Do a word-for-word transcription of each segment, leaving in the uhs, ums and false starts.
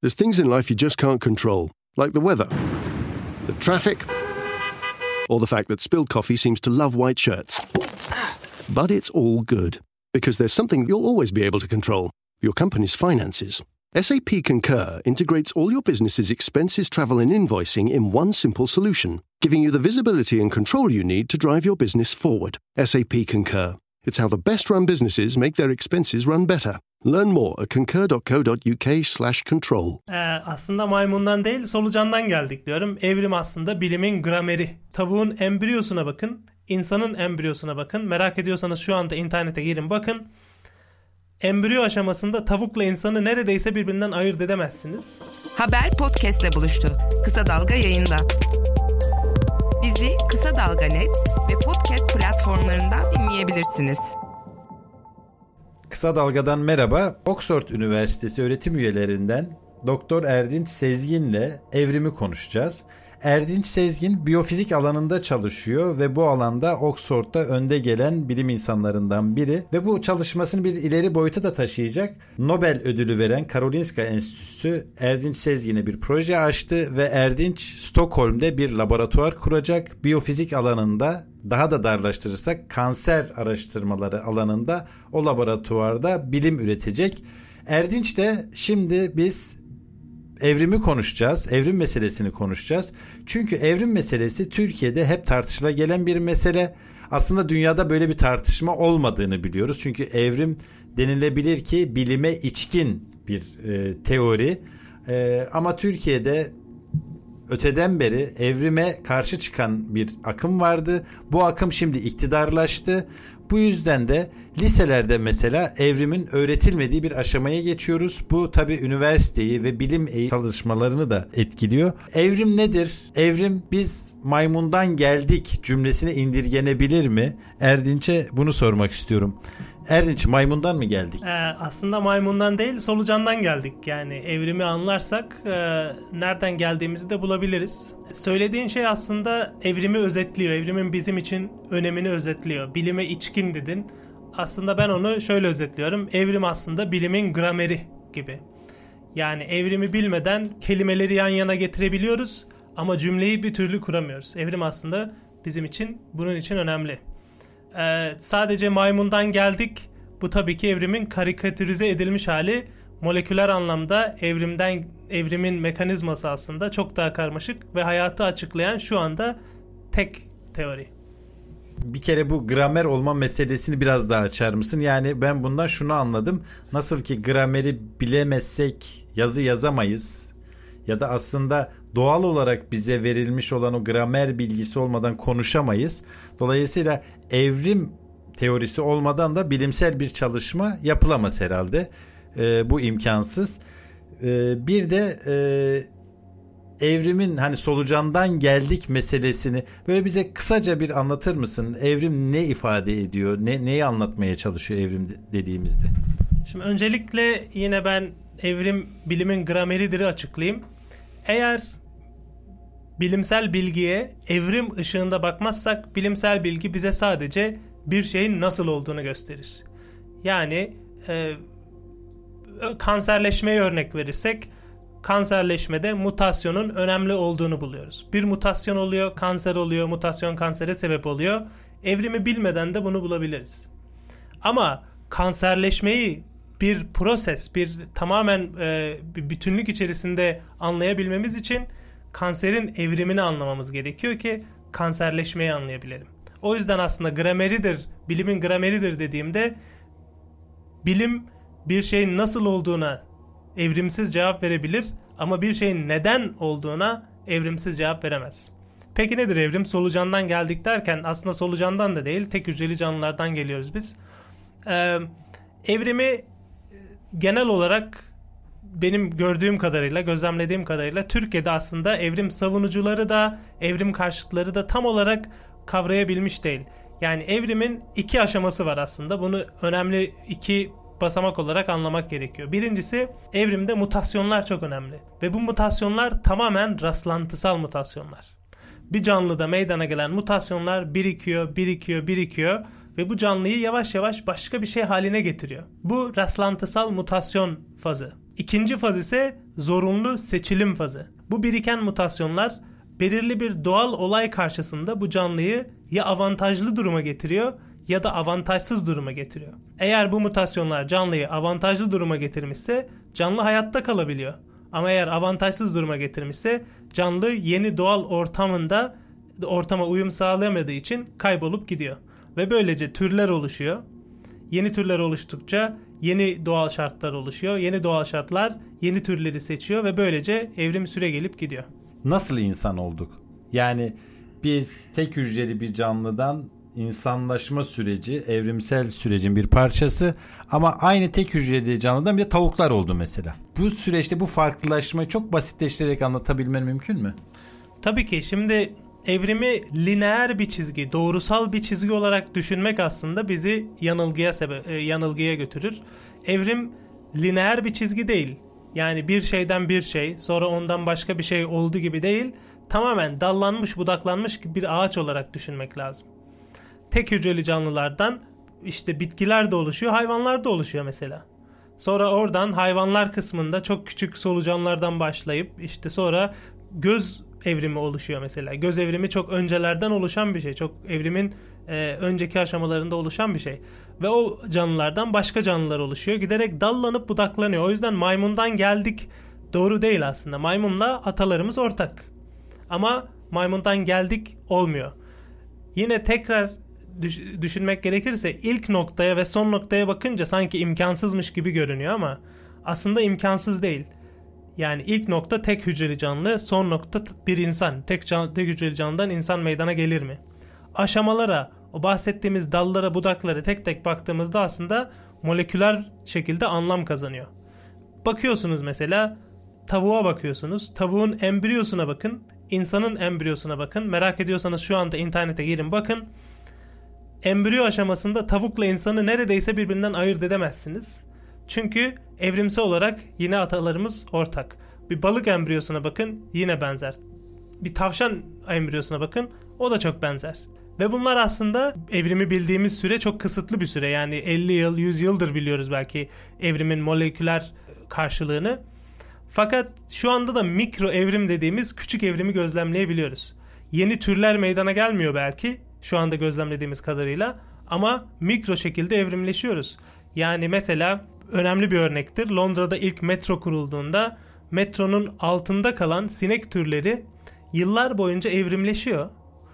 There's things in life you just can't control, like the weather, the traffic, or the fact that spilled coffee seems to love white shirts. But it's all good, because there's something you'll always be able to control, your company's finances. S A P Concur integrates all your business's expenses, travel, and invoicing in one simple solution, giving you the visibility and control you need to drive your business forward. S A P Concur. It's how the best-run businesses make their expenses run better. Learn more at concur.co.uk slash control. Ee, aslında maymundan değil, solucandan geldik diyorum. Evrim aslında bilimin grameri. Tavuğun embriyosuna bakın, insanın embriyosuna bakın. Merak ediyorsanız şu anda internete girin bakın. Embriyo aşamasında tavukla insanı neredeyse birbirinden ayırt edemezsiniz. Haber podcast'le buluştu. Kısa Dalga yayında. Bizi Kısa Dalga nokta net ve podcast platformlarından dinleyebilirsiniz. Kısa Dalga'dan merhaba. Oxford Üniversitesi öğretim üyelerinden Doktor Erdinç Sezgin'le evrimi konuşacağız. Erdinç Sezgin biyofizik alanında çalışıyor ve bu alanda Oxford'da önde gelen bilim insanlarından biri ve bu çalışmasını bir ileri boyuta da taşıyacak. Nobel ödülü veren Karolinska Enstitüsü Erdinç Sezgin'e bir proje açtı ve Erdinç Stockholm'de bir laboratuvar kuracak. Biyofizik alanında, daha da darlaştırırsak kanser araştırmaları alanında o laboratuvarda bilim üretecek. Erdinç de şimdi biz evrimi konuşacağız. Evrim meselesini konuşacağız. Çünkü evrim meselesi Türkiye'de hep tartışıla gelen bir mesele. Aslında dünyada böyle bir tartışma olmadığını biliyoruz. Çünkü evrim denilebilir ki bilime içkin bir e, teori. E, ama Türkiye'de öteden beri evrime karşı çıkan bir akım vardı. Bu akım şimdi iktidarlaştı. Bu yüzden de liselerde mesela evrimin öğretilmediği bir aşamaya geçiyoruz. Bu tabii üniversiteyi ve bilim eğitim çalışmalarını da etkiliyor. Evrim nedir? Evrim biz maymundan geldik cümlesine indirgenebilir mi? Erdinç'e bunu sormak istiyorum. Erdinç, maymundan mı geldik? Ee, aslında maymundan değil, solucandan geldik. Yani evrimi anlarsak e, nereden geldiğimizi de bulabiliriz. Söylediğin şey aslında evrimi özetliyor. Evrimin bizim için önemini özetliyor. Bilime içkin dedin. Aslında ben onu şöyle özetliyorum. Evrim aslında bilimin grameri gibi. Yani evrimi bilmeden kelimeleri yan yana getirebiliyoruz ama cümleyi bir türlü kuramıyoruz. Evrim aslında bizim için bunun için önemli. Ee, sadece maymundan geldik. Bu tabii ki evrimin karikatürize edilmiş hali. Moleküler anlamda evrimden evrimin mekanizması aslında çok daha karmaşık ve hayatı açıklayan şu anda tek teori. Bir kere bu gramer olma meselesini biraz daha açar mısın? Yani ben bundan şunu anladım. Nasıl ki grameri bilemezsek yazı yazamayız ya da aslında doğal olarak bize verilmiş olan o gramer bilgisi olmadan konuşamayız. Dolayısıyla evrim teorisi olmadan da bilimsel bir çalışma yapılamaz herhalde. Ee, bu imkansız. Ee, bir de e, evrimin hani solucandan geldik meselesini böyle bize kısaca bir anlatır mısın? Evrim ne ifade ediyor? Ne, neyi anlatmaya çalışıyor evrim dediğimizde? Şimdi öncelikle yine ben evrim bilimin grameridir'i açıklayayım. Eğer bilimsel bilgiye evrim ışığında bakmazsak bilimsel bilgi bize sadece bir şeyin nasıl olduğunu gösterir. Yani e, kanserleşmeye örnek verirsek kanserleşmede mutasyonun önemli olduğunu buluyoruz. Bir mutasyon oluyor, kanser oluyor, mutasyon kansere sebep oluyor. Evrimi bilmeden de bunu bulabiliriz. Ama kanserleşmeyi bir proses, bir tamamen e, bir bütünlük içerisinde anlayabilmemiz için kanserin evrimini anlamamız gerekiyor ki kanserleşmeyi anlayabilelim. O yüzden aslında grameridir, bilimin grameridir dediğimde bilim bir şeyin nasıl olduğuna evrimsiz cevap verebilir ama bir şeyin neden olduğuna evrimsiz cevap veremez. Peki nedir evrim? Solucandan geldik derken aslında solucandan da değil, tek hücreli canlılardan geliyoruz biz. Ee, evrimi genel olarak benim gördüğüm kadarıyla, gözlemlediğim kadarıyla Türkiye'de aslında evrim savunucuları da, evrim karşıtları da tam olarak kavrayabilmiş değil. Yani evrimin iki aşaması var aslında. Bunu önemli iki basamak olarak anlamak gerekiyor. Birincisi, evrimde mutasyonlar çok önemli. Ve bu mutasyonlar tamamen rastlantısal mutasyonlar. Bir canlıda meydana gelen mutasyonlar birikiyor, birikiyor, birikiyor. ve bu canlıyı yavaş yavaş başka bir şey haline getiriyor. Bu rastlantısal mutasyon fazı. İkinci faz ise zorunlu seçilim fazı. Bu biriken mutasyonlar belirli bir doğal olay karşısında bu canlıyı ya avantajlı duruma getiriyor ya da avantajsız duruma getiriyor. Eğer bu mutasyonlar canlıyı avantajlı duruma getirmişse canlı hayatta kalabiliyor. Ama eğer avantajsız duruma getirmişse canlı yeni doğal ortamında ortama uyum sağlayamadığı için kaybolup gidiyor. Ve böylece türler oluşuyor. Yeni türler oluştukça yeni doğal şartlar oluşuyor. Yeni doğal şartlar yeni türleri seçiyor ve böylece evrim süre gelip gidiyor. Nasıl insan olduk? Yani biz tek hücreli bir canlıdan insanlaşma süreci, evrimsel sürecin bir parçası, ama aynı tek hücreli canlıdan bir de tavuklar oldu mesela. Bu süreçte bu farklılaşmayı çok basitleştirerek anlatabilmen mümkün mü? Tabii ki. Şimdi evrimi lineer bir çizgi, doğrusal bir çizgi olarak düşünmek aslında bizi yanılgıya sebe- yanılgıya götürür. Evrim lineer bir çizgi değil. Yani bir şeyden bir şey, sonra ondan başka bir şey oldu gibi değil. Tamamen dallanmış, budaklanmış bir ağaç olarak düşünmek lazım. Tek hücreli canlılardan işte bitkiler de oluşuyor, hayvanlar da oluşuyor mesela. Sonra oradan hayvanlar kısmında çok küçük solucanlardan başlayıp işte sonra göz evrimi oluşuyor mesela. Göz evrimi çok öncelerden oluşan bir şey. Çok evrimin e, önceki aşamalarında oluşan bir şey. Ve o canlılardan başka canlılar oluşuyor. Giderek dallanıp budaklanıyor. O yüzden maymundan geldik doğru değil aslında. Maymunla atalarımız ortak. Ama maymundan geldik olmuyor. Yine tekrar düşünmek gerekirse ilk noktaya ve son noktaya bakınca sanki imkansızmış gibi görünüyor ama aslında imkansız değil. Yani ilk nokta tek hücreli canlı, son nokta bir insan. Tek, can, tek hücreli canlıdan insan meydana gelir mi? Aşamalara, o bahsettiğimiz dallara, budaklara tek tek baktığımızda aslında moleküler şekilde anlam kazanıyor. Bakıyorsunuz mesela, tavuğa bakıyorsunuz. Tavuğun embriyosuna bakın, insanın embriyosuna bakın. Merak ediyorsanız şu anda internete girin bakın. Embriyo aşamasında tavukla insanı neredeyse birbirinden ayırt edemezsiniz. Çünkü evrimsel olarak yine atalarımız ortak. Bir balık embriyosuna bakın, yine benzer. Bir tavşan embriyosuna bakın, o da çok benzer. Ve bunlar aslında evrimi bildiğimiz süre çok kısıtlı bir süre. Yani elli yıl, yüz yıldır biliyoruz belki evrimin moleküler karşılığını. Fakat şu anda da mikro evrim dediğimiz küçük evrimi gözlemleyebiliyoruz. Yeni türler meydana gelmiyor belki şu anda gözlemlediğimiz kadarıyla, ama mikro şekilde evrimleşiyoruz. Yani mesela önemli bir örnektir. Londra'da ilk metro kurulduğunda metronun altında kalan sinek türleri yıllar boyunca evrimleşiyor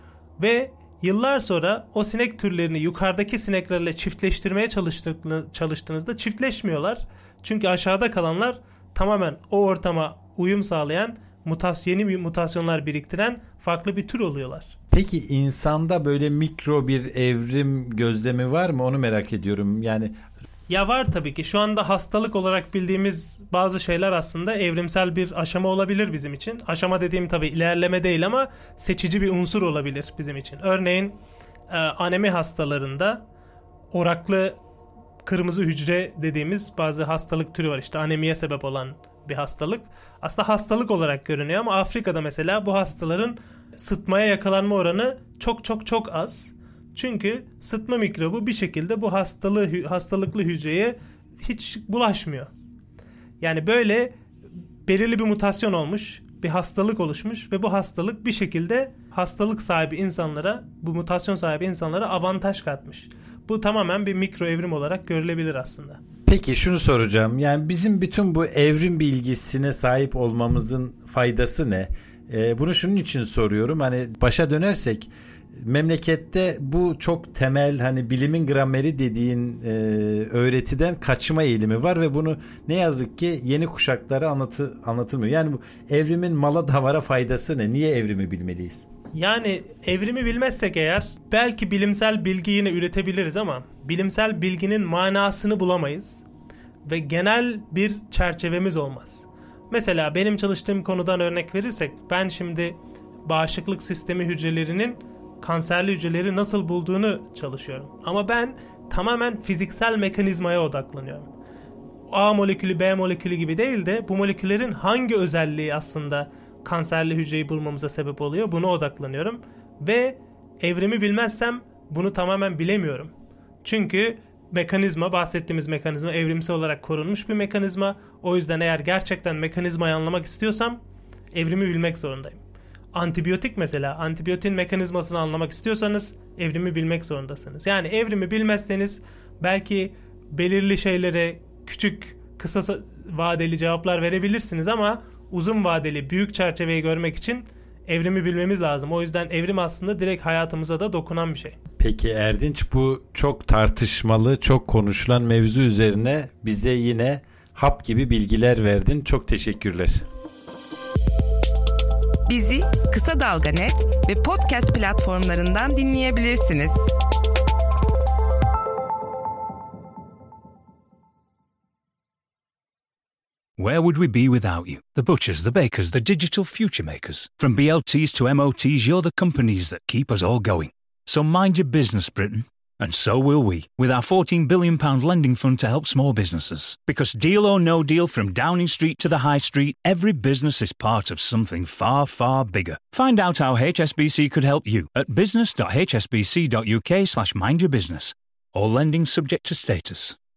ve yıllar sonra o sinek türlerini yukarıdaki sineklerle çiftleştirmeye çalıştığınızda çiftleşmiyorlar. Çünkü aşağıda kalanlar tamamen o ortama uyum sağlayan, mutasyon, yeni mutasyonlar biriktiren farklı bir tür oluyorlar. Peki insanda böyle mikro bir evrim gözlemi var mı? Onu merak ediyorum. Yani ya var tabii ki. Şu anda hastalık olarak bildiğimiz bazı şeyler aslında evrimsel bir aşama olabilir bizim için. Aşama dediğim tabii ilerleme değil ama seçici bir unsur olabilir bizim için. Örneğin e, anemi hastalarında oraklı kırmızı hücre dediğimiz bazı hastalık türü var. İşte anemiye sebep olan bir hastalık. Aslında hastalık olarak görünüyor ama Afrika'da mesela bu hastaların sıtmaya yakalanma oranı çok çok çok az. Çünkü sıtma mikrobu bir şekilde bu hastalığı, hastalıklı hücreye hiç bulaşmıyor. Yani böyle belirli bir mutasyon olmuş, bir hastalık oluşmuş ve bu hastalık bir şekilde hastalık sahibi insanlara, bu mutasyon sahibi insanlara avantaj katmış. Bu tamamen bir mikro evrim olarak görülebilir aslında. Peki şunu soracağım. Yani bizim bütün bu evrim bilgisine sahip olmamızın faydası ne? Ee, bunu şunun için soruyorum. Hani başa dönersek, memlekette bu çok temel, hani bilimin grameri dediğin e, öğretiden kaçma eğilimi var ve bunu ne yazık ki yeni kuşaklara anlatı, anlatılmıyor. Yani bu evrimin mala davara faydası ne? Niye evrimi bilmeliyiz? Yani evrimi bilmezsek eğer belki bilimsel bilgi yine üretebiliriz ama bilimsel bilginin manasını bulamayız ve genel bir çerçevemiz olmaz. Mesela benim çalıştığım konudan örnek verirsek, ben şimdi bağışıklık sistemi hücrelerinin kanserli hücreleri nasıl bulduğunu çalışıyorum. Ama ben tamamen fiziksel mekanizmaya odaklanıyorum. A molekülü B molekülü gibi değil de bu moleküllerin hangi özelliği aslında kanserli hücreyi bulmamıza sebep oluyor, buna odaklanıyorum. Ve evrimi bilmezsem bunu tamamen bilemiyorum. Çünkü mekanizma, bahsettiğimiz mekanizma evrimsel olarak korunmuş bir mekanizma. O yüzden eğer gerçekten mekanizmayı anlamak istiyorsam evrimi bilmek zorundayım. Antibiyotik mesela, antibiyotin mekanizmasını anlamak istiyorsanız evrimi bilmek zorundasınız. Yani evrimi bilmezseniz belki belirli şeylere küçük, kısa vadeli cevaplar verebilirsiniz ama uzun vadeli, büyük çerçeveyi görmek için evrimi bilmemiz lazım. O yüzden evrim aslında direkt hayatımıza da dokunan bir şey. Peki Erdinç, bu çok tartışmalı, çok konuşulan mevzu üzerine bize yine hap gibi bilgiler verdin. Çok teşekkürler. Bizi Kısa Dalga Net ve podcast platformlarından dinleyebilirsiniz. Where would we be without you? The butchers, the bakers, the digital future makers. From B L Ts to M O Ts, you're the companies that keep us all going. So mind your business, Britain. And so will we, with our fourteen billion pounds lending fund to help small businesses. Because deal or no deal, from Downing Street to the High Street, every business is part of something far, far bigger. Find out how H S B C could help you at business dot h s b c dot u k slash mind your business. All lending subject to status.